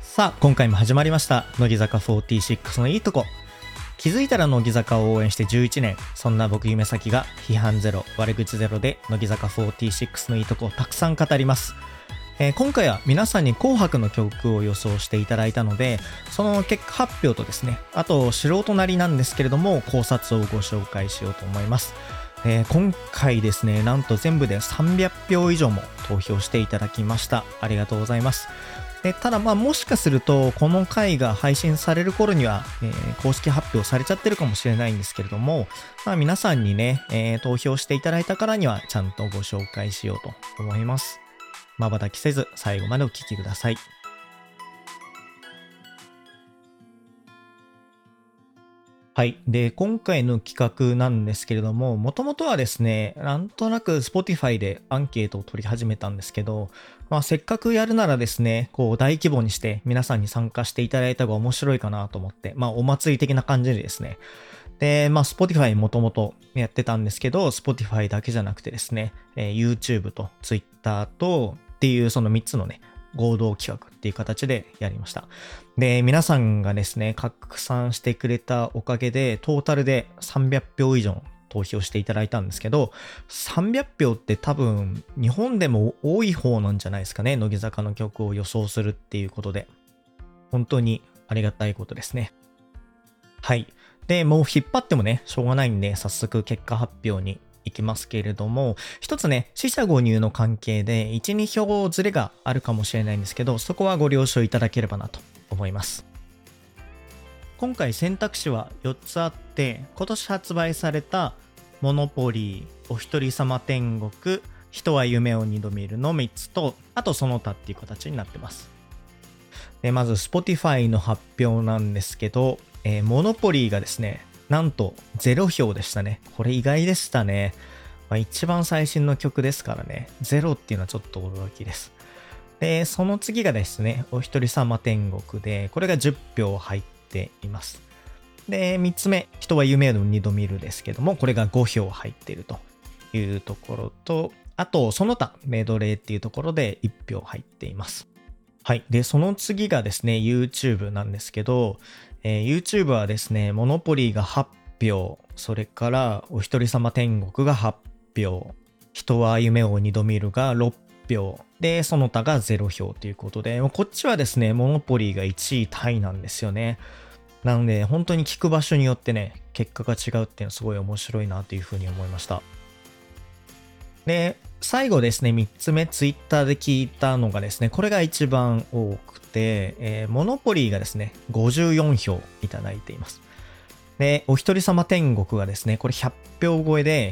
さあ今回も始まりました乃木坂46のいいとこ。気づいたら乃木坂を応援して11年、そんな僕夢咲が批判ゼロ悪口ゼロで乃木坂46のいいとこをたくさん語ります。今回は皆さんに紅白の曲を予想していただいたので、その結果発表とですね、あと素人なりなんですけれども考察をご紹介しようと思います。今回ですね、なんと全部で300票以上も投票していただきました。ありがとうございます。ただもしかするとこの回が配信される頃には、公式発表されちゃってるかもしれないんですけれども、皆さんにね、投票していただいたからにはちゃんとご紹介しようと思います。瞬きせず最後までお聞きください。はい。で、今回の企画なんですけれども、もともとはですね、なんとなく Spotify でアンケートを取り始めたんですけど、せっかくやるならですね、こう大規模にして皆さんに参加していただいた方が面白いかなと思って、お祭り的な感じでですね。で、Spotify もともとやってたんですけど、Spotify だけじゃなくてですね、YouTube と Twitter とっていうその3つのね、合同企画っていう形でやりました。で、皆さんがですね、拡散してくれたおかげで、トータルで300票以上投票していただいたんですけど、300票って多分、日本でも多い方なんじゃないですかね、乃木坂の曲を予想するっていうことで。本当にありがたいことですね。はい。で、もう引っ張ってもね、しょうがないんで、早速結果発表にいきますけれども、一つね、四捨五入の関係で1、2票ずれがあるかもしれないんですけど、そこはご了承いただければなと思います。今回選択肢は4つあって、今年発売されたモノポリー、お一人様天国、人は夢を二度見るの3つと、あとその他っていう形になってます。で、まず Spotify の発表なんですけど、モノポリーがですね、なんと0票でしたね。これ意外でしたね。一番最新の曲ですからね、0っていうのはちょっと驚きです。で、その次がですね、お一人様天国で、これが10票入っています。で、3つ目、人は夢を二度見るですけども、これが5票入っているというところと、あと、その他メドレーっていうところで1票入っています。はい。で、その次がですね、YouTube なんですけど、YouTube はですね、モノポリーが8票、それからお一人様天国が8票、人は夢を二度見るが6票、で、その他が0票ということで、こっちはですね、モノポリーが1位タイなんですよね。なので、本当に聞く場所によってね、結果が違うっていうのはすごい面白いなというふうに思いました。で、最後ですね、3つ目、ツイッターで聞いたのがですね、これが一番多くて、モノポリーがですね、54票いただいています。で、お一人様天国がですね、これ100票超えで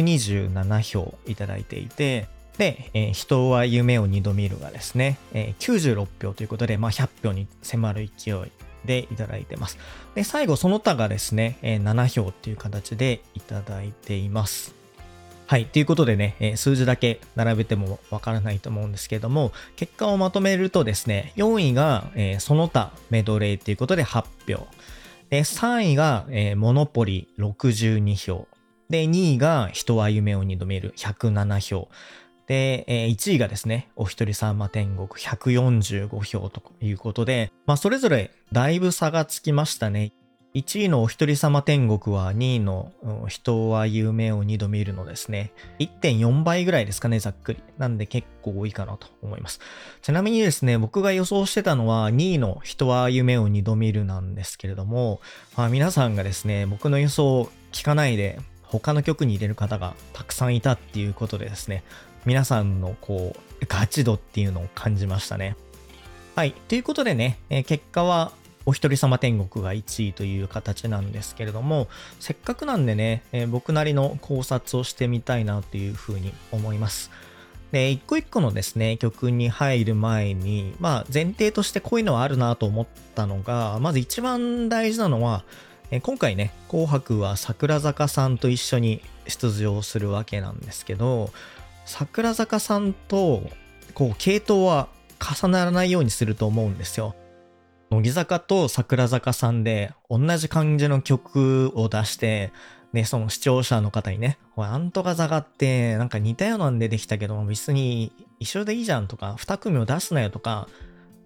127票いただいていて、で、人は夢を二度見るがですね、96票ということで、100票に迫る勢いでいただいてます。で、最後その他がですね、7票っていう形でいただいています。はい。ということでね、数字だけ並べてもわからないと思うんですけれども、結果をまとめるとですね、4位が、その他メドレーということで8票。で、3位が、モノポリ62票。で、2位が人は夢を二度見る107票。で、1位がですね、お一人様天国145票ということで、それぞれだいぶ差がつきましたね。1位のお一人様天国は2位の人は夢を二度見るのですね。1.4 倍ぐらいですかね、ざっくり。なんで結構多いかなと思います。ちなみにですね、僕が予想してたのは2位の人は夢を二度見るなんですけれども、皆さんがですね、僕の予想を聞かないで他の曲に入れる方がたくさんいたっていうことでですね、皆さんのこう、ガチ度っていうのを感じましたね。はい。ということでね、結果はお一人様天国が1位という形なんですけれども、せっかくなんでね、僕なりの考察をしてみたいなというふうに思います。で、一個一個のですね、曲に入る前に、前提としてこういうのはあるなと思ったのが、まず一番大事なのは、今回ね、紅白は桜坂さんと一緒に出場するわけなんですけど、桜坂さんとこう系統は重ならないようにすると思うんですよ。乃木坂と桜坂さんで同じ感じの曲を出して、ね、その視聴者の方にね、なんとか坂ってなんか似たようなんでできたけど別に一緒でいいじゃんとか、2組を出すなよとか、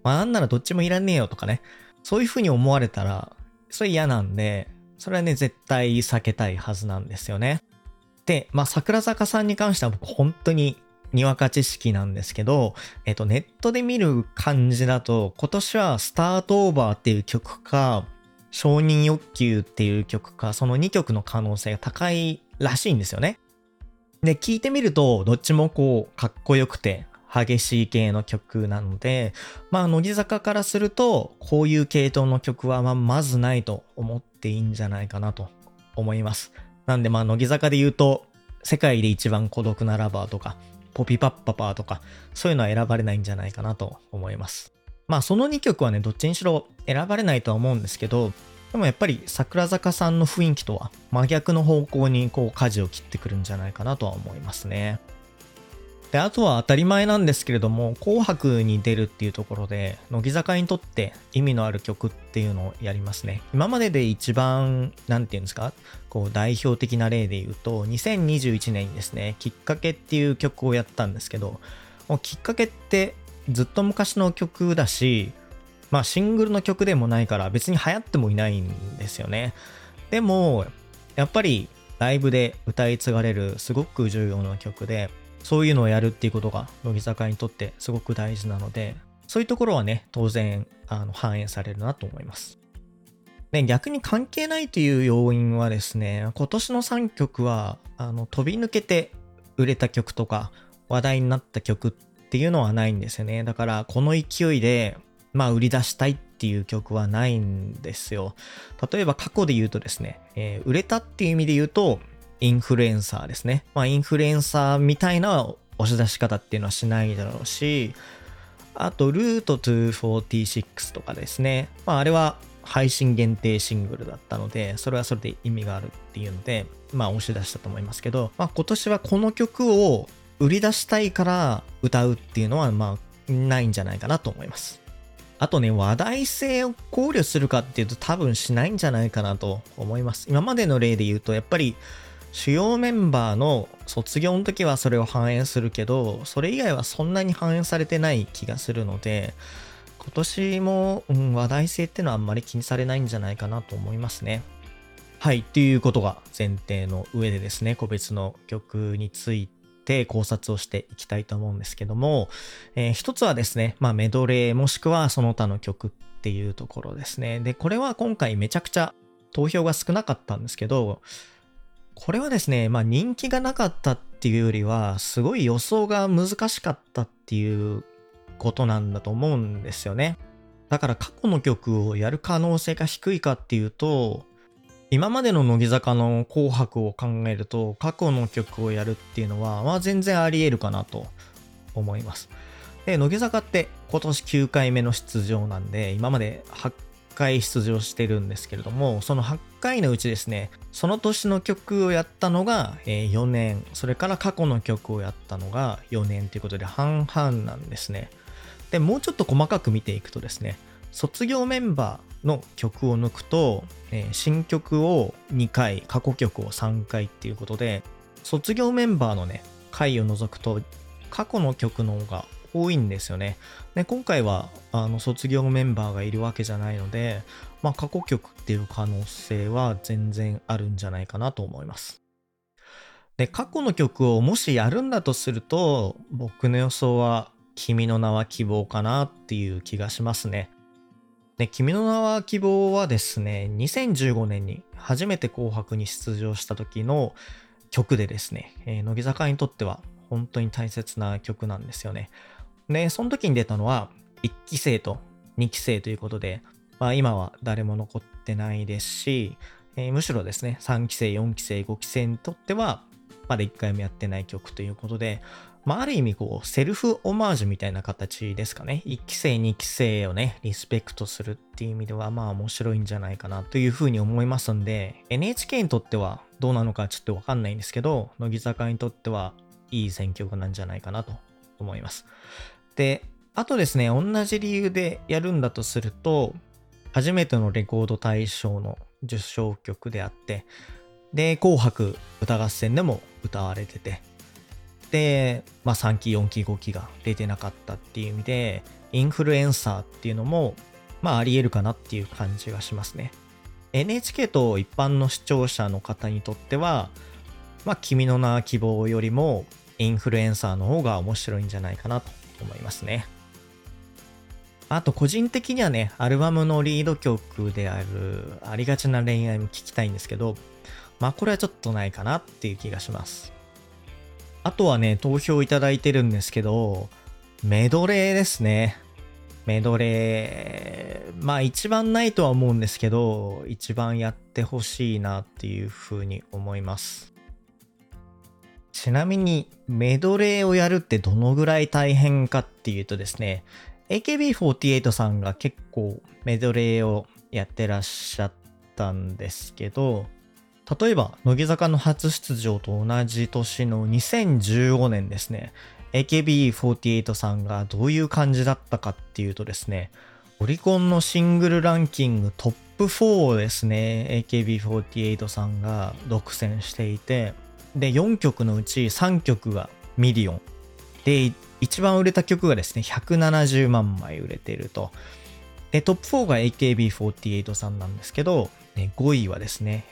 まあなんならどっちもいらねえよとかね、そういう風に思われたら、それ嫌なんで、それはね、絶対避けたいはずなんですよね。で、まあ桜坂さんに関しては僕本当ににわか知識なんですけど、ネットで見る感じだと、今年はスタートオーバーっていう曲か、承認欲求っていう曲か、その2曲の可能性が高いらしいんですよね。で、聞いてみると、どっちもこう、かっこよくて、激しい系の曲なので、まあ、乃木坂からすると、こういう系統の曲は、まずないと思っていいんじゃないかなと思います。なんで、まあ、乃木坂で言うと、世界で一番孤独なラバーとか、ポピパッパパーとか、そういうのは選ばれないんじゃないかなと思います。まあ、その2曲はね、どっちにしろ選ばれないとは思うんですけど、でもやっぱり桜坂さんの雰囲気とは真逆の方向にこう舵を切ってくるんじゃないかなとは思いますね。で、あとは当たり前なんですけれども、紅白に出るっていうところで、乃木坂にとって意味のある曲っていうのをやりますね。今までで一番、なんていうんですか、こう代表的な例で言うと、2021年にですね、きっかけっていう曲をやったんですけど、もうきっかけってずっと昔の曲だし、まあシングルの曲でもないから別に流行ってもいないんですよね。でも、やっぱりライブで歌い継がれるすごく重要な曲で、そういうのをやるっていうことが乃木坂にとってすごく大事なので、そういうところはね、当然反映されるなと思います。で、逆に関係ないという要因はですね、今年の3曲は飛び抜けて売れた曲とか話題になった曲っていうのはないんですよね。だからこの勢いでまあ売り出したいっていう曲はないんですよ。例えば過去で言うとですね、売れたっていう意味で言うとインフルエンサーですね。まあインフルエンサーみたいな押し出し方っていうのはしないだろうし、あとルート246とかですね。まああれは配信限定シングルだったので、それはそれで意味があるっていうので、まあ押し出したと思いますけど、まあ今年はこの曲を売り出したいから歌うっていうのはまあないんじゃないかなと思います。あとね、話題性を考慮するかっていうと多分しないんじゃないかなと思います。今までの例で言うと、やっぱり主要メンバーの卒業の時はそれを反映するけど、それ以外はそんなに反映されてない気がするので、今年も、話題性ってのはあんまり気にされないんじゃないかなと思いますね。はい、っていうことが前提の上でですね、個別の曲について考察をしていきたいと思うんですけども、一つはですね、まあメドレーもしくはその他の曲っていうところですね。で、これは今回めちゃくちゃ投票が少なかったんですけど、これはですね、まあ人気がなかったっていうよりは、すごい予想が難しかったっていうことなんだと思うんですよね。だから過去の曲をやる可能性が低いかっていうと、今までの乃木坂の紅白を考えると、過去の曲をやるっていうのは、まあ全然あり得るかなと思います。で、乃木坂って今年9回目の出場なんで、今まで8回出場してるんですけれども、その8回のうちですね、その年の曲をやったのが4年、それから過去の曲をやったのが4年ということで半々なんですね。で、もうちょっと細かく見ていくとですね、卒業メンバーの曲を抜くと、新曲を2回、過去曲を3回っていうことで、卒業メンバーのね、回を除くと、過去の曲の方が多いんですよね。で、今回は、卒業メンバーがいるわけじゃないので、まあ、過去曲っていう可能性は全然あるんじゃないかなと思います。で、過去の曲をもしやるんだとすると、僕の予想は、君の名は希望かなっていう気がしますね。で、君の名は希望はですね、2015年に初めて紅白に出場した時の曲でですね、乃木坂にとっては本当に大切な曲なんですよね。で、その時に出たのは1期生と2期生ということで、まあ今は誰も残ってないですし、むしろですね、3期生、4期生、5期生にとってはまだ1回もやってない曲ということで、まあ、ある意味こう、セルフオマージュみたいな形ですかね。1期生、2期生をね、リスペクトするっていう意味では、まあ面白いんじゃないかなというふうに思いますんで、NHK にとってはどうなのかちょっとわかんないんですけど、乃木坂にとってはいい選曲なんじゃないかなと思います。で、あとですね、同じ理由でやるんだとすると、初めてのレコード大賞の受賞曲であって、で、紅白歌合戦でも歌われてて、で、まあ3期、4期、5期が出てなかったっていう意味で、 インフルエンサーっていうのも、あり得るかなっていう感じがしますね。NHK と一般の視聴者の方にとっては、君の名は希望よりもインフルエンサーの方が面白いんじゃないかなと思いますね。あと個人的にはね、アルバムのリード曲であるありがちな恋愛も聞きたいんですけど、これはちょっとないかなっていう気がします。あとはね、投票いただいてるんですけど、メドレーですね。メドレー。一番ないとは思うんですけど、一番やってほしいなっていうふうに思います。ちなみにメドレーをやるってどのぐらい大変かっていうとですね、AKB48 さんが結構メドレーをやってらっしゃったんですけど、例えば乃木坂の初出場と同じ年の2015年ですね、AKB48 さんがどういう感じだったかっていうとですね、オリコンのシングルランキングトップ4ですね、AKB48 さんが独占していて、で4曲のうち3曲がミリオンで、一番売れた曲がですね170万枚売れていると。でトップ4が AKB48 さんなんですけど、5位はですね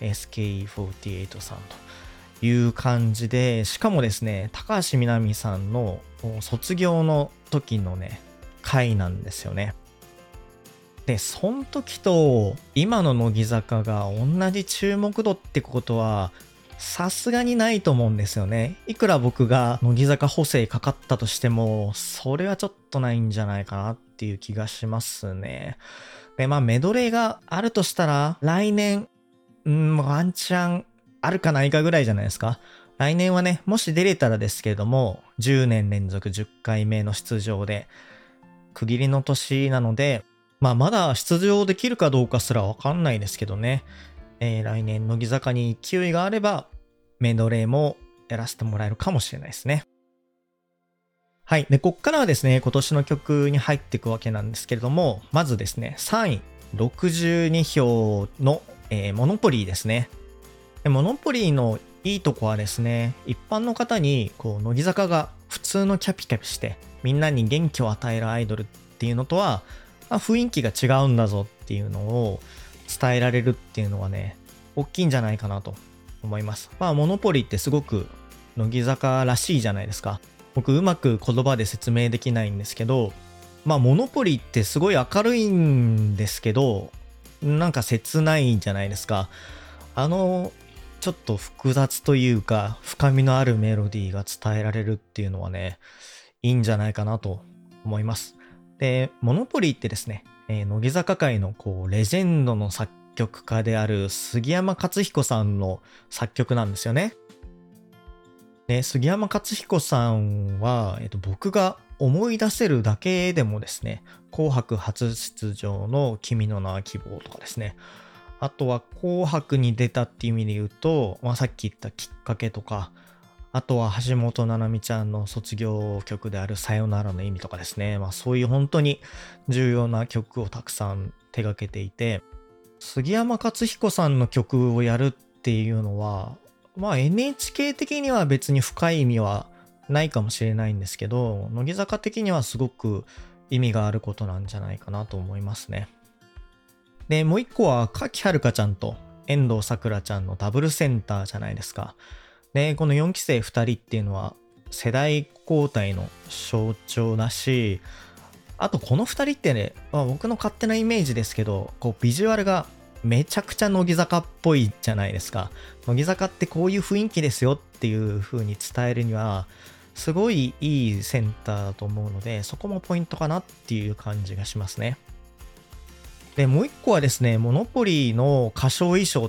SKE48 さんという感じで、しかもですね高橋みなみさんの卒業の時のね回なんですよね。でその時と今の乃木坂が同じ注目度ってことはさすがにないと思うんですよね。いくら僕が乃木坂補正かかったとしても、それはちょっとないんじゃないかなっていう気がしますね。で、メドレーがあるとしたら、来年、ワンチャンあるかないかぐらいじゃないですか。来年はね、もし出れたらですけれども、10年連続10回目の出場で、区切りの年なので、まだ出場できるかどうかすらわかんないですけどね。来年乃木坂に勢いがあればメドレーもやらせてもらえるかもしれないですね。はい。で、こっからはですね、今年の曲に入っていくわけなんですけれども、まずですね、3位、62票の、モノポリーですね。モノポリーのいいとこはですね、一般の方に乃木坂が普通のキャピキャピしてみんなに元気を与えるアイドルっていうのとは、雰囲気が違うんだぞっていうのを伝えられるっていうのはね、大きいんじゃないかなと思います。モノポリってすごく乃木坂らしいじゃないですか。僕うまく言葉で説明できないんですけど、モノポリってすごい明るいんですけど、なんか切ないんじゃないですか。ちょっと複雑というか、深みのあるメロディーが伝えられるっていうのはね、いいんじゃないかなと思います。で、モノポリってですね、乃木坂界のレジェンドの作曲家である杉山勝彦さんの作曲なんですよね。で、杉山勝彦さんは、僕が思い出せるだけでもですね、紅白初出場の君の名は希望とかですね、あとは紅白に出たっていう意味で言うと、さっき言ったきっかけとか、あとは橋本七海ちゃんの卒業曲であるさよならの意味とかですね。そういう本当に重要な曲をたくさん手掛けていて、杉山勝彦さんの曲をやるっていうのは、NHK 的には別に深い意味はないかもしれないんですけど、乃木坂的にはすごく意味があることなんじゃないかなと思いますね。で、もう一個は柿遥香ちゃんと遠藤さくらちゃんのダブルセンターじゃないですか。で、この4期生2人っていうのは世代交代の象徴だし、あとこの2人ってね、僕の勝手なイメージですけど、ビジュアルがめちゃくちゃ乃木坂っぽいじゃないですか。乃木坂ってこういう雰囲気ですよっていう風に伝えるには、すごいいいセンターだと思うので、そこもポイントかなっていう感じがしますね。で、もう一個はですね、モノポリーの歌唱衣装って、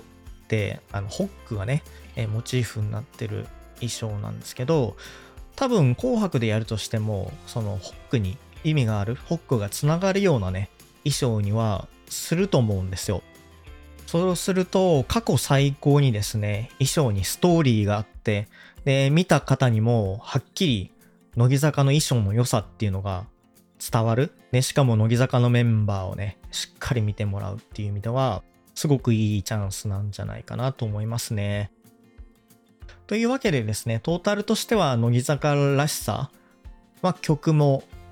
ホックがね、モチーフになってる衣装なんですけど、多分紅白でやるとしても、そのホックに意味がある、ホックがつながるようなね、衣装にはすると思うんですよ。そうすると、過去最高にですね、衣装にストーリーがあって、で、見た方にもはっきり乃木坂の衣装の良さっていうのが伝わる。で、しかも乃木坂のメンバーをね、しっかり見てもらうっていう意味では、すごくいいチャンスなんじゃないかなと思いますね。というわけでですね、トータルとしては乃木坂らしさ、曲も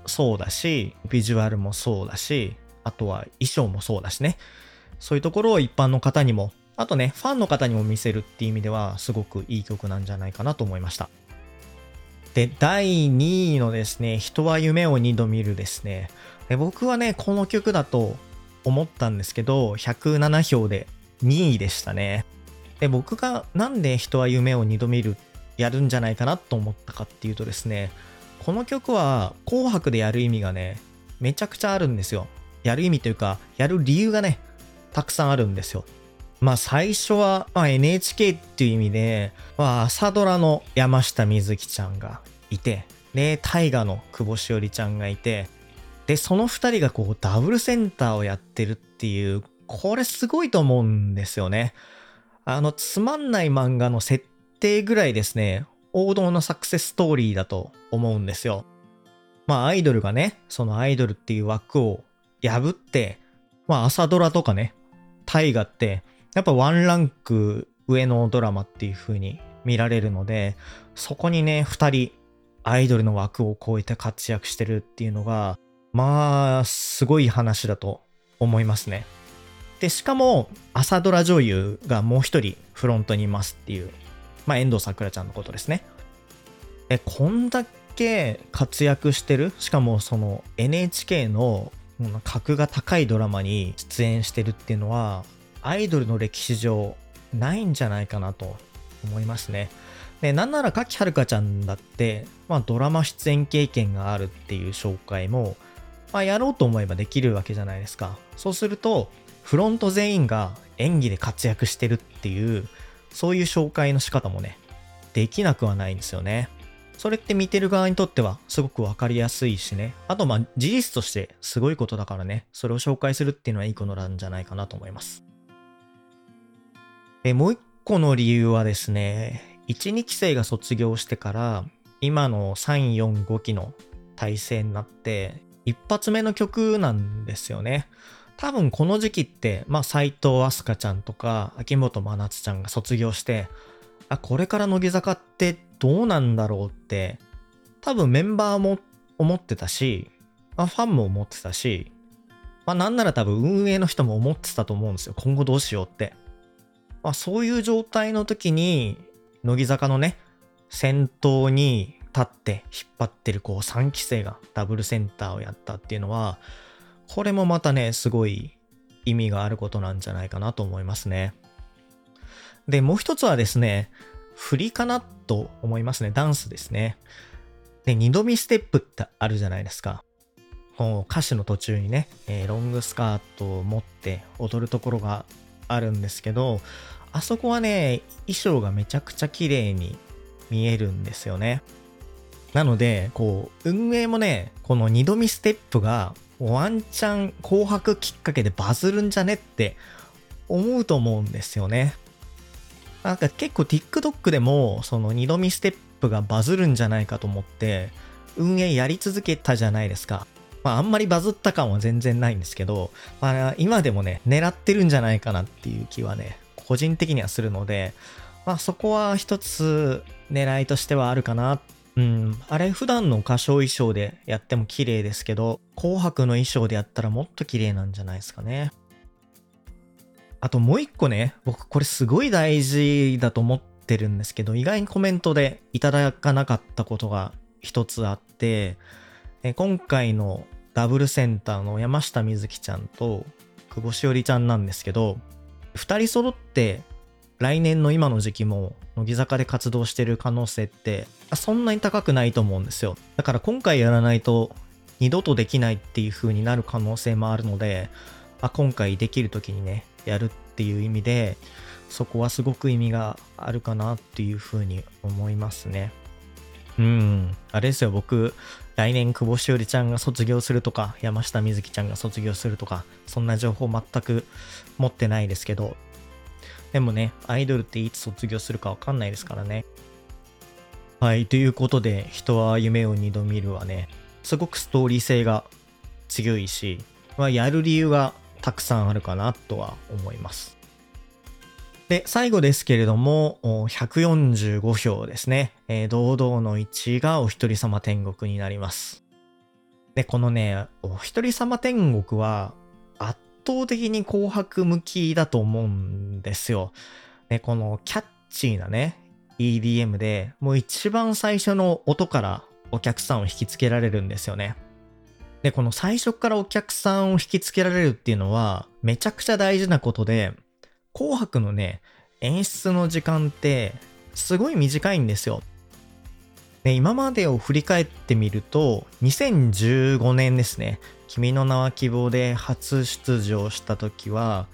そうだし、ビジュアルもそうだし、あとは衣装もそうだしね。そういうところを一般の方にも、あとね、ファンの方にも見せるっていう意味では、すごくいい曲なんじゃないかなと思いました。で、第2位のですね、人は夢を二度見るですね。で、僕はね、この曲だと思ったんですけど、107票で2位でしたね。で、僕がなんで人は夢を二度見るやるんじゃないかなと思ったかっていうとですね、この曲は紅白でやる意味がね、めちゃくちゃあるんですよ。やる意味というか、やる理由がね、たくさんあるんですよ。まあ最初は、NHK っていう意味で、朝ドラの山下美月ちゃんがいて、で、大河の久保しおりちゃんがいて、で、その二人がこうダブルセンターをやってるっていう、これすごいと思うんですよね。つまんない漫画の設定ぐらいですね、王道のサクセスストーリーだと思うんですよ。まあアイドルがね、そのアイドルっていう枠を破って、まあ朝ドラとかね、大河って、やっぱワンランク上のドラマっていう風に見られるので、そこにね、二人アイドルの枠を超えて活躍してるっていうのが、まあ、すごい話だと思いますね。で、しかも、朝ドラ女優がもう一人フロントにいますっていう、まあ、遠藤さくらちゃんのことですね。こんだけ活躍してる、しかもその NHK の格が高いドラマに出演してるっていうのは、アイドルの歴史上ないんじゃないかなと思いますね。で、なんなら柿はるかちゃんだって、まあドラマ出演経験があるっていう紹介も、まあやろうと思えばできるわけじゃないですか。そうすると、フロント全員が演技で活躍してるっていう、そういう紹介の仕方もね、できなくはないんですよね。それって見てる側にとってはすごくわかりやすいしね。あとまあ事実としてすごいことだからね、それを紹介するっていうのはいいことなんじゃないかなと思います。もう一個の理由はですね、1、2期生が卒業してから、今の3、4、5期の体制になって、一発目の曲なんですよね。多分この時期って、まあ斎藤飛鳥ちゃんとか秋元真夏ちゃんが卒業して、これから乃木坂ってどうなんだろうって、多分メンバーも思ってたし、ファンも思ってたし、なんなら多分運営の人も思ってたと思うんですよ。今後どうしようって。そういう状態の時に、乃木坂のね、先頭に立って引っ張ってるこう3期生がダブルセンターをやったっていうのは、これもまたね、すごい意味があることなんじゃないかなと思いますね。で、もう一つはですね、振りかなと思いますね。ダンスですね。で、二度見ステップってあるじゃないですか。こう歌詞の途中にね、ロングスカートを持って踊るところがあるんですけど、あそこはね、衣装がめちゃくちゃ綺麗に見えるんですよね。なので、こう、運営もね、この二度見ステップがワンチャン紅白きっかけでバズるんじゃねって思うと思うんですよね。なんか結構 TikTok でもその二度見ステップがバズるんじゃないかと思って運営やり続けたじゃないですか。あんまりバズった感は全然ないんですけど、今でもね、狙ってるんじゃないかなっていう気はね、個人的にはするので、そこは一つ狙いとしてはあるかな。あれ普段の歌唱衣装でやっても綺麗ですけど、紅白の衣装でやったらもっと綺麗なんじゃないですかね。あともう一個ね、僕これすごい大事だと思ってるんですけど、意外にコメントでいただかなかったことが一つあって、今回のダブルセンターの山下美月ちゃんと久保しおりちゃんなんですけど、二人揃って来年の今の時期も乃木坂で活動してる可能性ってそんなに高くないと思うんですよ。だから今回やらないと二度とできないっていう風になる可能性もあるので、今回できる時にね、やるっていう意味で、そこはすごく意味があるかなっていう風に思いますね。あれですよ、僕、来年久保しおりちゃんが卒業するとか、山下美月ちゃんが卒業するとか、そんな情報全く持ってないですけど、でもね、アイドルっていつ卒業するかわかんないですからね。はい、ということで、人は夢を二度見るはね、すごくストーリー性が強いし、やる理由がたくさんあるかなとは思います。で、最後ですけれども、145票ですね。堂々の1位がお一人様天国になります。 で、このね、お一人様天国は圧倒的に紅白向きだと思うんですよ。で、このキャッチーなね、EDM でもう一番最初の音からお客さんを引きつけられるんですよね。で、この最初からお客さんを引きつけられるっていうのはめちゃくちゃ大事なことで、紅白のね、演出の時間ってすごい短いんですよ。で、今までを振り返ってみると、2015年ですね。君の名は希望で初出場した時は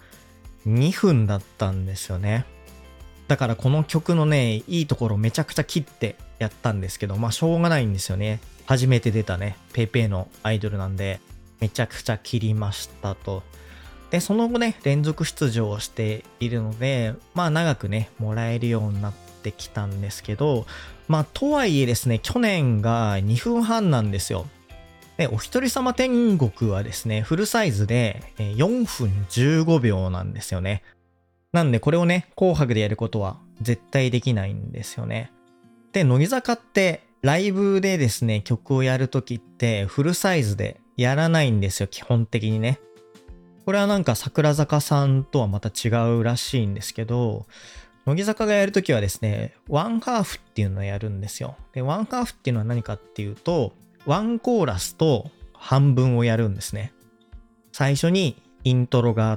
2分だったんですよね。だからこの曲のね、いいところめちゃくちゃ切ってやったんですけど、まあしょうがないんですよね。初めて出たね、ペイペイのアイドルなんで、めちゃくちゃ切りましたと。で、その後ね、連続出場しているので、まあ長くね、もらえるようになってきたんですけど、まあとはいえですね、去年が2分半なんですよ。で、お一人様天国はですね、フルサイズで4分15秒なんですよね。なんでこれをね、紅白でやることは絶対できないんですよね。で、乃木坂ってライブでですね、曲をやるときってフルサイズでやらないんですよ、基本的にね。これはなんか桜坂さんとはまた違うらしいんですけど、乃木坂がやるときはですね、ワンハーフっていうのをやるんですよ。で、ワンハーフっていうのは何かっていうと、ワンコーラスと半分をやるんですね。最初にイントロがあって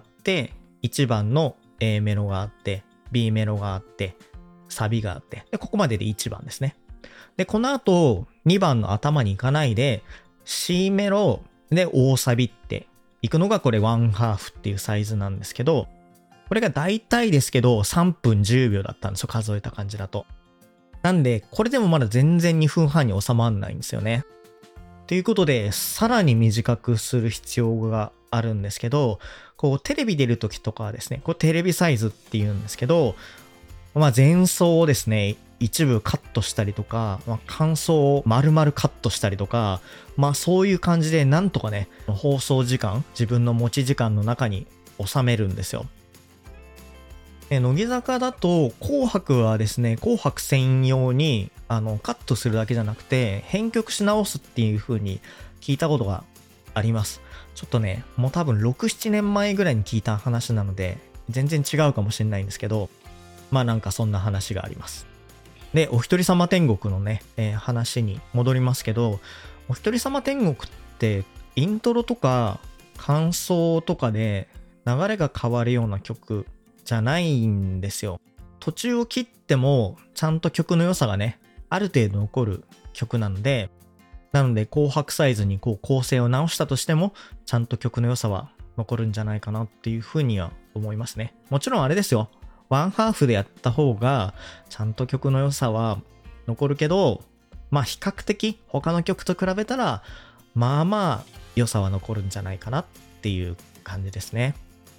、1番の A メロがあって、B メロがあって、サビがあって、で、ここまでで1番ですね。で、この後、2番の頭に行かないで、C メロで大サビって行くのがこれワンハーフっていうサイズなんですけど、これが大体ですけど3分10秒だったんですよ、数えた感じだと。なんで、これでもまだ全然2分半に収まらないんですよね。ということで、さらに短くする必要があるんですけど、こうテレビ出るときとかはですね、これテレビサイズっていうんですけど、まあ前奏をですね、一部カットしたりとか、まあ、感想を丸々カットしたりとか、まあそういう感じでなんとかね、放送時間、自分の持ち時間の中に収めるんですよ。乃木坂だと紅白はですね、紅白専用にカットするだけじゃなくて編曲し直すっていう風に聞いたことがあります。ちょっとね、もう多分6、7年前ぐらいに聞いた話なので全然違うかもしれないんですけど、まあなんかそんな話があります。で、お一人様天国のね、話に戻りますけど、お一人様天国ってイントロとか感想とかで流れが変わるような曲じゃないんですよ。途中を切ってもちゃんと曲の良さがね、ある程度残る曲なので、紅白サイズにこう構成を直したとしても、ちゃんと曲の良さは残るんじゃないかなっていうふうには思いますね。もちろんあれですよ。ワンハーフでやった方が、ちゃんと曲の良さは残るけど、まあ比較的他の曲と比べたら、まあまあ良さは残るんじゃないかなっていう感じですね。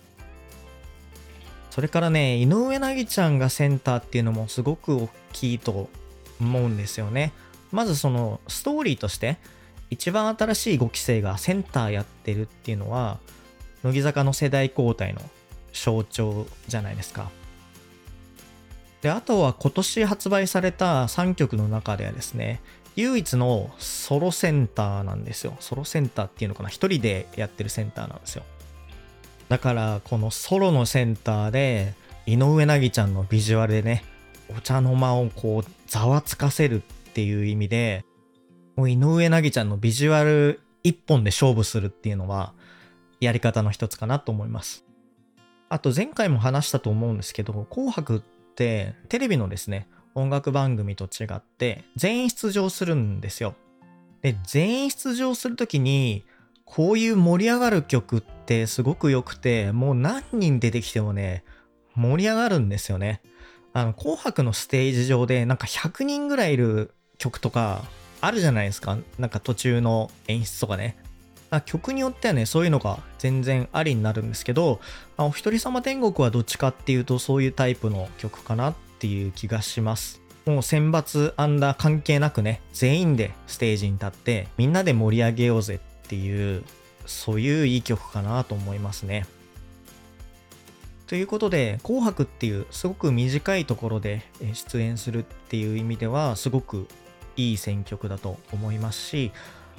それからね、井上凪ちゃんがセンターっていうのもすごく大きいと思うんですよね。まずそのストーリーとして、一番新しい5期生がセンターやってるっていうのは、乃木坂の世代交代の象徴じゃないですか。で、あとは今年発売された3曲の中ではですね、唯一のソロセンターなんですよ。ソロセンターっていうのかな、一人でやってるセンターなんですよ。だからこのソロのセンターで井上凪ちゃんのビジュアルでね、お茶の間をこうざわつかせるっていう意味で、もう井上凪ちゃんのビジュアル一本で勝負するっていうのはやり方の一つかなと思います。あと前回も話したと思うんですけど、紅白ってテレビのですね、音楽番組と違って全員出場するんですよ。で、全員出場するときにこういう盛り上がる曲ってすごく良くて、もう何人出てきてもね、盛り上がるんですよね。紅白のステージ上でなんか100人ぐらいいる曲とかあるじゃないですか。なんか途中の演出とかね。曲によってはね、そういうのが全然ありになるんですけど、お一人様天国はどっちかっていうとそういうタイプの曲かなっていう気がします。もう選抜アンダー関係なくね、全員でステージに立ってみんなで盛り上げようぜっていう、そういういい曲かなと思いますね。ということで、紅白っていうすごく短いところで出演するっていう意味ではすごくいい選曲だと思いますし、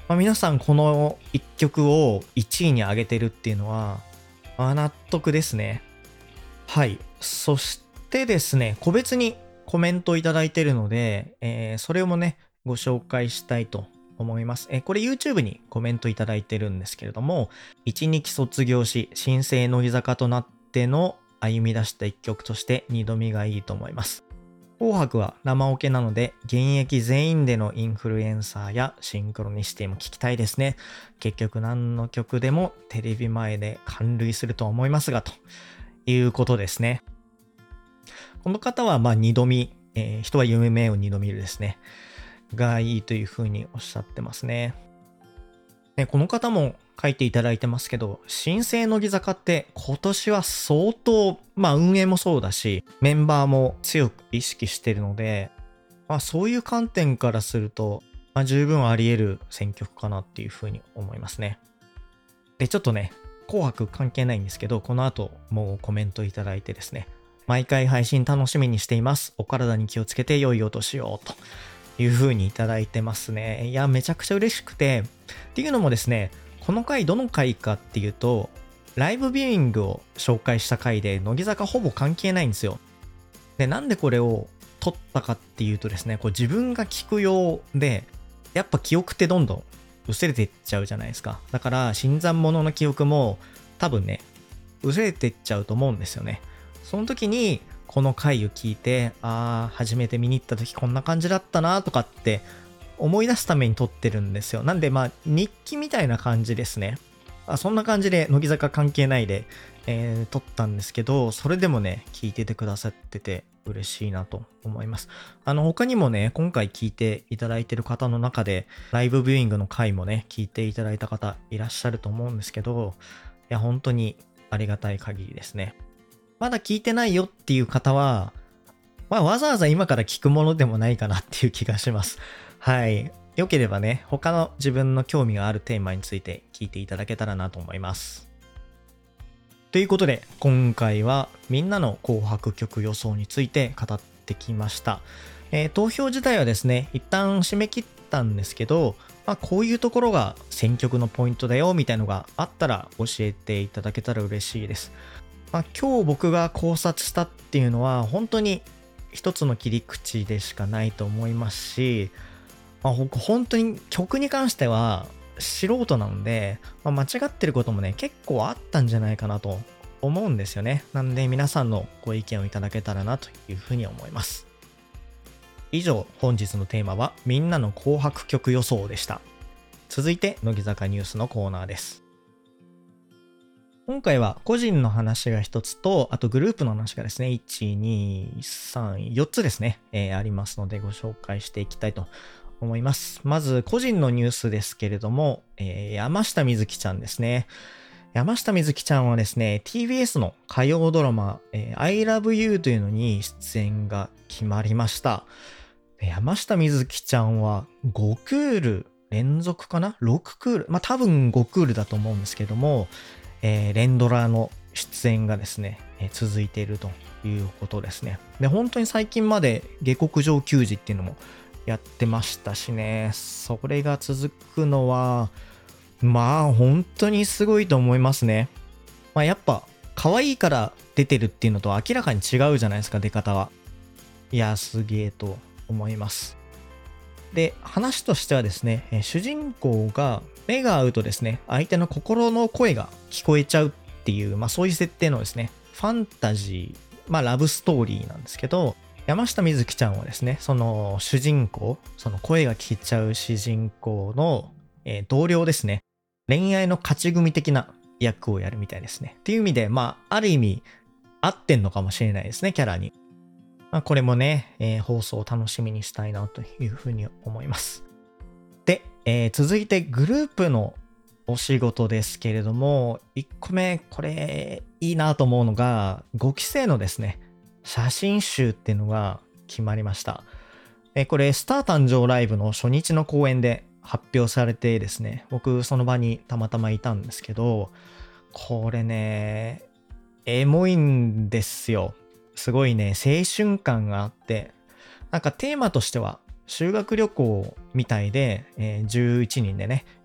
皆さんこの一曲を1位に上げてるっていうのは、納得ですね。はい。そしてですね、個別にコメントいただいてるので、それもね、ご紹介したいと思います。これ YouTube にコメントいただいてるんですけれども、1、2期卒業し、新生乃木坂となっての歩み出した一曲として2度見がいいと思います。紅白は生オケなので、現役全員でのインフルエンサーやシンクロニシティも聞きたいですね。結局何の曲でもテレビ前で感涙すると思いますが、ということですね。この方は2度見、人は夢を2度見るですね。がいいというふうにおっしゃってますね。この方も書いていただいてますけど、新生乃木坂って今年は相当、運営もそうだし、メンバーも強く意識してるので、そういう観点からすると、十分あり得る選曲かなっていうふうに思いますね。で、ちょっとね、紅白関係ないんですけど、この後もうコメントいただいてですね、毎回配信楽しみにしています。お体に気をつけて良いお年をという風にいただいてますね。いや、めちゃくちゃ嬉しくて、っていうのもですね、この回どの回かっていうと、ライブビューイングを紹介した回で、乃木坂ほぼ関係ないんですよ。で、なんでこれを撮ったかっていうとですね、こう自分が聞くようで、やっぱ記憶ってどんどん薄れていっちゃうじゃないですか。だから、新参者の記憶も多分ね、薄れていっちゃうと思うんですよね。その時に、この回を聞いて、初めて見に行った時こんな感じだったなとかって思い出すために撮ってるんですよ。なんで、日記みたいな感じですね。そんな感じで、乃木坂関係ないで、撮ったんですけど、それでもね、聞いててくださってて嬉しいなと思います。他にもね、今回聞いていただいてる方の中で、ライブビューイングの回もね、聞いていただいた方いらっしゃると思うんですけど、いや、本当にありがたい限りですね。まだ聞いてないよっていう方は、わざわざ今から聞くものでもないかなっていう気がします。はい。よければね、他の自分の興味があるテーマについて聞いていただけたらなと思います。ということで、今回はみんなの紅白曲予想について語ってきました。投票自体はですね、一旦締め切ったんですけど、こういうところが選曲のポイントだよみたいのがあったら教えていただけたら嬉しいです。今日僕が考察したっていうのは本当に一つの切り口でしかないと思いますし、僕本当に曲に関しては素人なので、間違ってることもね結構あったんじゃないかなと思うんですよね。なんで皆さんのご意見をいただけたらなというふうに思います。以上、本日のテーマはみんなの紅白曲予想でした。続いて乃木坂ニュースのコーナーです。今回は個人の話が一つと、あとグループの話がですね、1、2、3、4つですね、ありますのでご紹介していきたいと思います。まず個人のニュースですけれども、山下美月ちゃんですね。山下美月ちゃんはですね、TBS の火曜ドラマ、I Love You というのに出演が決まりました。山下美月ちゃんは5クール連続かな ?6 クール。多分5クールだと思うんですけども、連ドラの出演がですね、続いているということですね。で、本当に最近まで下克上球児っていうのもやってましたしね、それが続くのは、本当にすごいと思いますね。やっぱ、可愛いから出てるっていうのと明らかに違うじゃないですか、出方は。いや、すげえと思います。で、話としてはですね、主人公が目が合うとですね、相手の心の声が聞こえちゃうっていう、そういう設定のですね、ファンタジー、ラブストーリーなんですけど、山下美月ちゃんはですね、その主人公、その声が聞いちゃう主人公の、同僚ですね、恋愛の勝ち組的な役をやるみたいですね。っていう意味で、ある意味、合ってんのかもしれないですね、キャラに。これもね、放送を楽しみにしたいなというふうに思います。で、続いてグループのお仕事ですけれども、1個目、これいいなと思うのが、5期生のですね、写真集っていうのが決まりました。これ、スター誕生ライブの初日の公演で発表されてですね、僕その場にたまたまいたんですけど、これね、エモいんですよ。すごいね、青春感があって、なんかテーマとしては修学旅行みたいで、11人でね、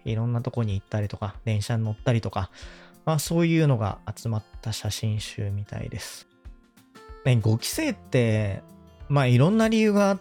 いろんなとこに行ったりとか、電車に乗ったりとか、そういうのが集まった写真集みたいです。ね、5期生って、いろんな理由があって、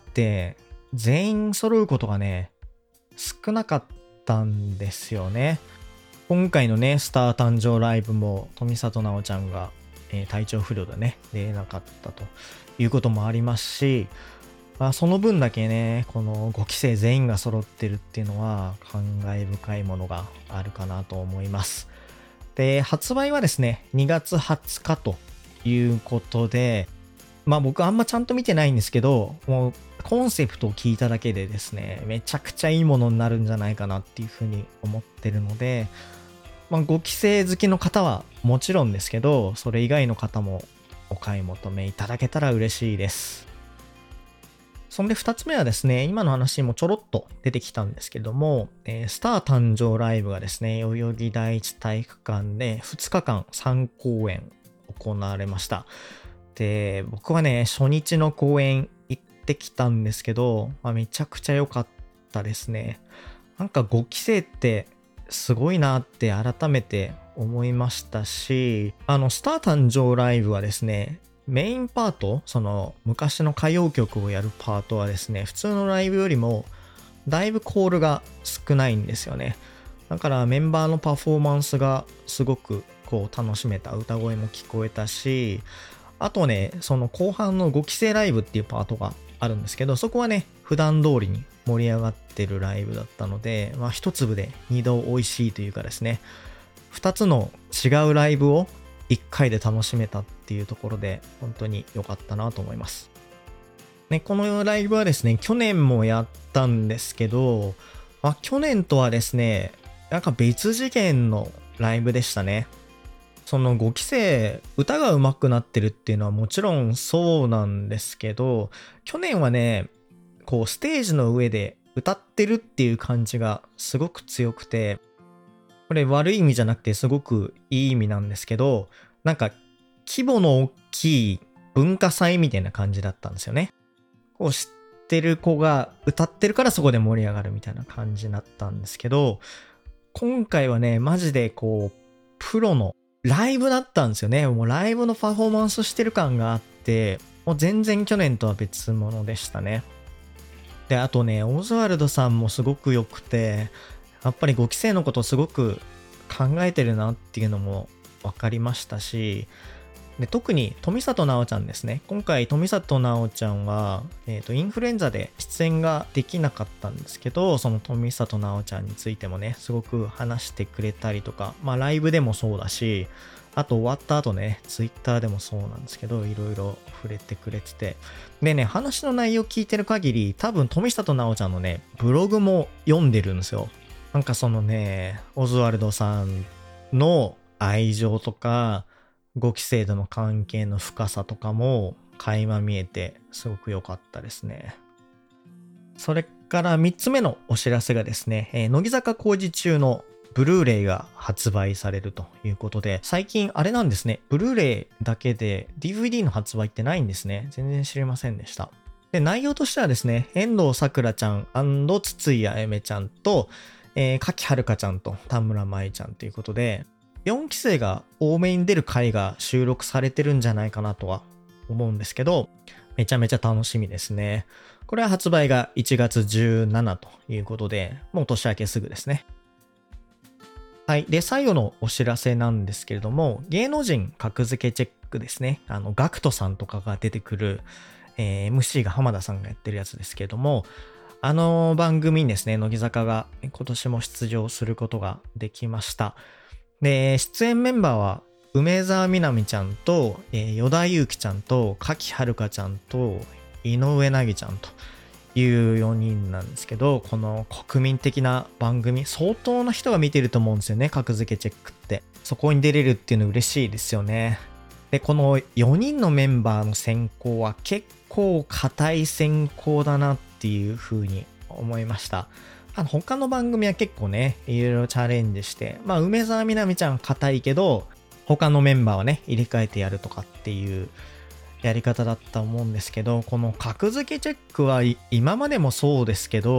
全員揃うことがね、少なかったんですよね。今回のね、スター誕生ライブも、富里奈央ちゃんが、体調不良でね、出れなかったということもありますし、その分だけね、この5期生全員が揃ってるっていうのは、感慨深いものがあるかなと思います。で、発売はですね、2月20日ということで、僕あんまちゃんと見てないんですけど、もうコンセプトを聞いただけでですね、めちゃくちゃいいものになるんじゃないかなっていうふうに思ってるので、5期生好きの方はもちろんですけど、それ以外の方もお買い求めいただけたら嬉しいです。そんで2つ目はですね、今の話にもちょろっと出てきたんですけども、スター誕生ライブがですね、代々木第一体育館で2日間3公演行われました。で、僕はね、初日の公演行ってきたんですけど、めちゃくちゃ良かったですね。なんか5期生ってすごいなって改めて思いましたし、スター誕生ライブはですね、メインパート、その昔の歌謡曲をやるパートはですね、普通のライブよりもだいぶコールが少ないんですよね。だからメンバーのパフォーマンスがすごくこう楽しめた、歌声も聞こえたし、あとね、その後半の5期生ライブっていうパートがあるんですけど、そこはね、普段通りに盛り上がってるライブだったので、一粒で二度美味しいというかですね、二つの違うライブを一回で楽しめたっていうところで、本当に良かったなと思います。ね、このライブはですね、去年もやったんですけど、去年とはですね、なんか別次元のライブでしたね。その5期生、歌が上手くなってるっていうのはもちろんそうなんですけど、去年はね、こうステージの上で歌ってるっていう感じがすごく強くて、これ悪い意味じゃなくてすごくいい意味なんですけど、なんか規模の大きい文化祭みたいな感じだったんですよね。こう知ってる子が歌ってるからそこで盛り上がるみたいな感じだったんですけど、今回はね、マジでこう、プロのライブだったんですよね。もうライブのパフォーマンスしてる感があって、もう全然去年とは別物でしたね。で、あとね、オズワルドさんもすごく良くて、やっぱり5期生のことすごく考えてるなっていうのも分かりましたし、で特に富里奈央ちゃんですね。今回富里奈央ちゃんは、インフルエンザで出演ができなかったんですけど、その富里奈央ちゃんについてもね、すごく話してくれたりとか、ライブでもそうだし、あと終わった後ね、ツイッターでもそうなんですけど、いろいろ触れてくれてて。でね、話の内容聞いてる限り、多分富里奈央ちゃんのね、ブログも読んでるんですよ。なんかそのね、オズワルドさんの愛情とか、5期生との関係の深さとかも垣間見えてすごく良かったですね。それから3つ目のお知らせがですね、乃木坂工事中のブルーレイが発売されるということで、最近あれなんですね、ブルーレイだけで DVD の発売ってないんですね。全然知りませんでした。で、内容としてはですね、遠藤さくらちゃん筒井あやめちゃんと、柿はるかちゃんと田村舞ちゃんということで、4期生が多めに出る回が収録されてるんじゃないかなとは思うんですけど、めちゃめちゃ楽しみですね。これは発売が1月17ということで、もう年明けすぐですね。はい。で、最後のお知らせなんですけれども、芸能人格付けチェックですね。ガクトさんとかが出てくる、MC が浜田さんがやってるやつですけれども、番組にですね、乃木坂が今年も出場することができました。で、出演メンバーは、梅澤美波ちゃんと、与田祐希ちゃんと、柿はるかちゃんと、井上凪ちゃんという4人なんですけど、この国民的な番組、相当な人が見てると思うんですよね、格付けチェックって。そこに出れるっていうの嬉しいですよね。で、この4人のメンバーの選考は結構硬い選考だなっていう風に思いました。他の番組は結構ね、いろいろチャレンジして、梅澤美波ちゃん硬いけど、他のメンバーはね、入れ替えてやるとかっていうやり方だったと思うんですけど、この格付けチェックは今までもそうですけど、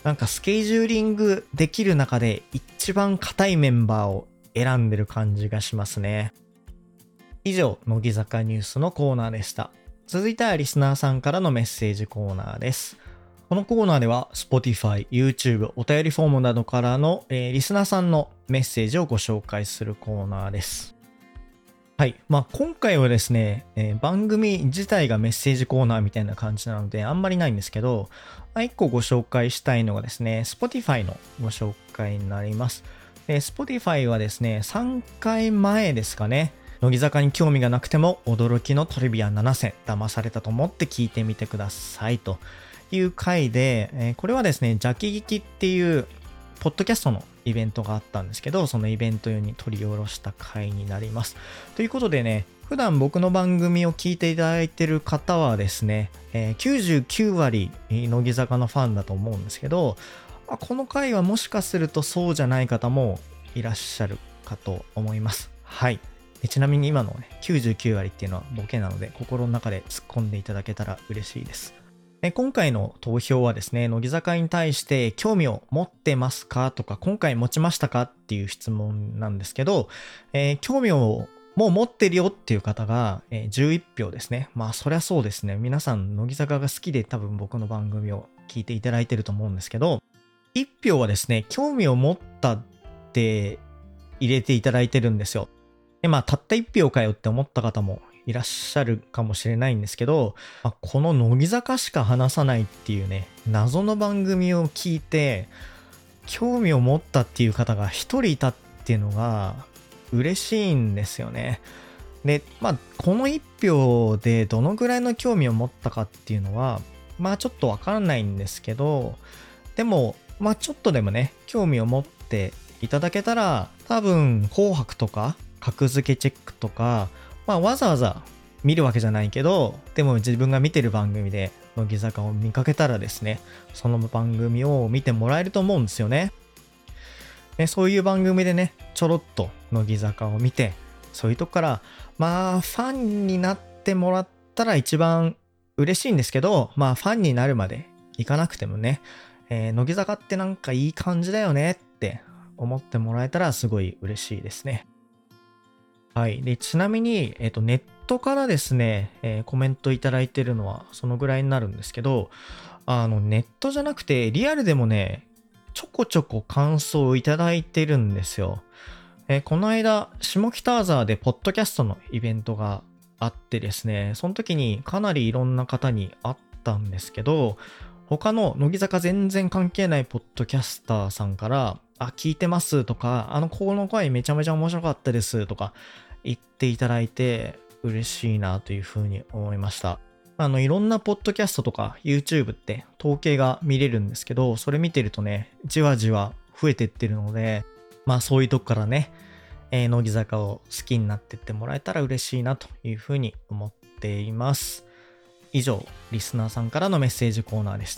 なんかスケジューリングできる中で一番硬いメンバーを選んでる感じがしますね。以上、乃木坂ニュースのコーナーでした。続いてはリスナーさんからのメッセージコーナーです。このコーナーでは Spotify、YouTube、お便りフォームなどからの、リスナーさんのメッセージをご紹介するコーナーです。はい。今回はですね、番組自体がメッセージコーナーみたいな感じなので、あんまりないんですけど、一個ご紹介したいのがですね、Spotify のご紹介になります。Spotify はですね、3回前ですかね、乃木坂に興味がなくても驚きのトリビア7選、騙されたと思って聞いてみてくださいという回で、これはですね、ジャキギキっていうポッドキャストのイベントがあったんですけど、そのイベント用に取り下ろした回になります。ということでね、普段僕の番組を聞いていただいている方はですね、99割乃木坂のファンだと思うんですけど、この回はもしかするとそうじゃない方もいらっしゃるかと思います。はい。ちなみに今のね、99割っていうのはボケなので、心の中で突っ込んでいただけたら嬉しいです。今回の投票はですね、乃木坂に対して興味を持ってますかとか、今回持ちましたかっていう質問なんですけど、興味をもう持ってるよっていう方が、11票ですね。そりゃそうですね。皆さん乃木坂が好きで多分僕の番組を聞いていただいてると思うんですけど、1票はですね、興味を持ったって入れていただいてるんですよ。で、たった1票かよって思った方もいらっしゃるかもしれないんですけど、この乃木坂しか話さないっていうね、謎の番組を聞いて、興味を持ったっていう方が一人いたっていうのが嬉しいんですよね。で、この1票でどのぐらいの興味を持ったかっていうのは、ちょっとわからないんですけど、でも、ちょっとでもね、興味を持っていただけたら、多分、紅白とか、格付けチェックとか、わざわざ見るわけじゃないけど、でも自分が見てる番組で乃木坂を見かけたらですね、その番組を見てもらえると思うんですよね。そういう番組でね、ちょろっと乃木坂を見て、そういうとこから、ファンになってもらったら一番嬉しいんですけど、ファンになるまでいかなくてもね、乃木坂ってなんかいい感じだよねって思ってもらえたらすごい嬉しいですね。はい。で、ちなみに、ネットからですね、コメントいただいてるのはそのぐらいになるんですけど、ネットじゃなくてリアルでもね、ちょこちょこ感想をいただいてるんですよ。この間、下北沢でポッドキャストのイベントがあってですね、その時にかなりいろんな方に会ったんですけど、他の乃木坂全然関係ないポッドキャスターさんから、聞いてますとか、この声めちゃめちゃ面白かったですとか言っていただいて嬉しいなというふうに思いました。いろんなポッドキャストとか YouTube って統計が見れるんですけど、それ見てるとね、じわじわ増えてってるので、そういうとこからね、乃木坂を好きになってってもらえたら嬉しいなというふうに思っています。以上、リスナーさんからのメッセージコーナーでした。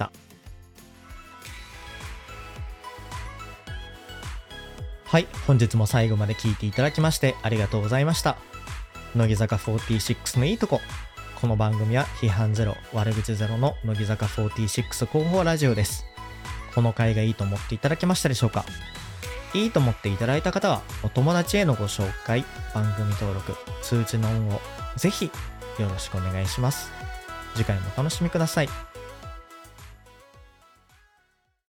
はい、本日も最後まで聞いていただきましてありがとうございました。乃木坂46のいいとこ。この番組は批判ゼロ、悪口ゼロの乃木坂46広報ラジオです。この回がいいと思っていただけましたでしょうか？いいと思っていただいた方はお友達へのご紹介、番組登録、通知のオンをぜひよろしくお願いします。次回もお楽しみください。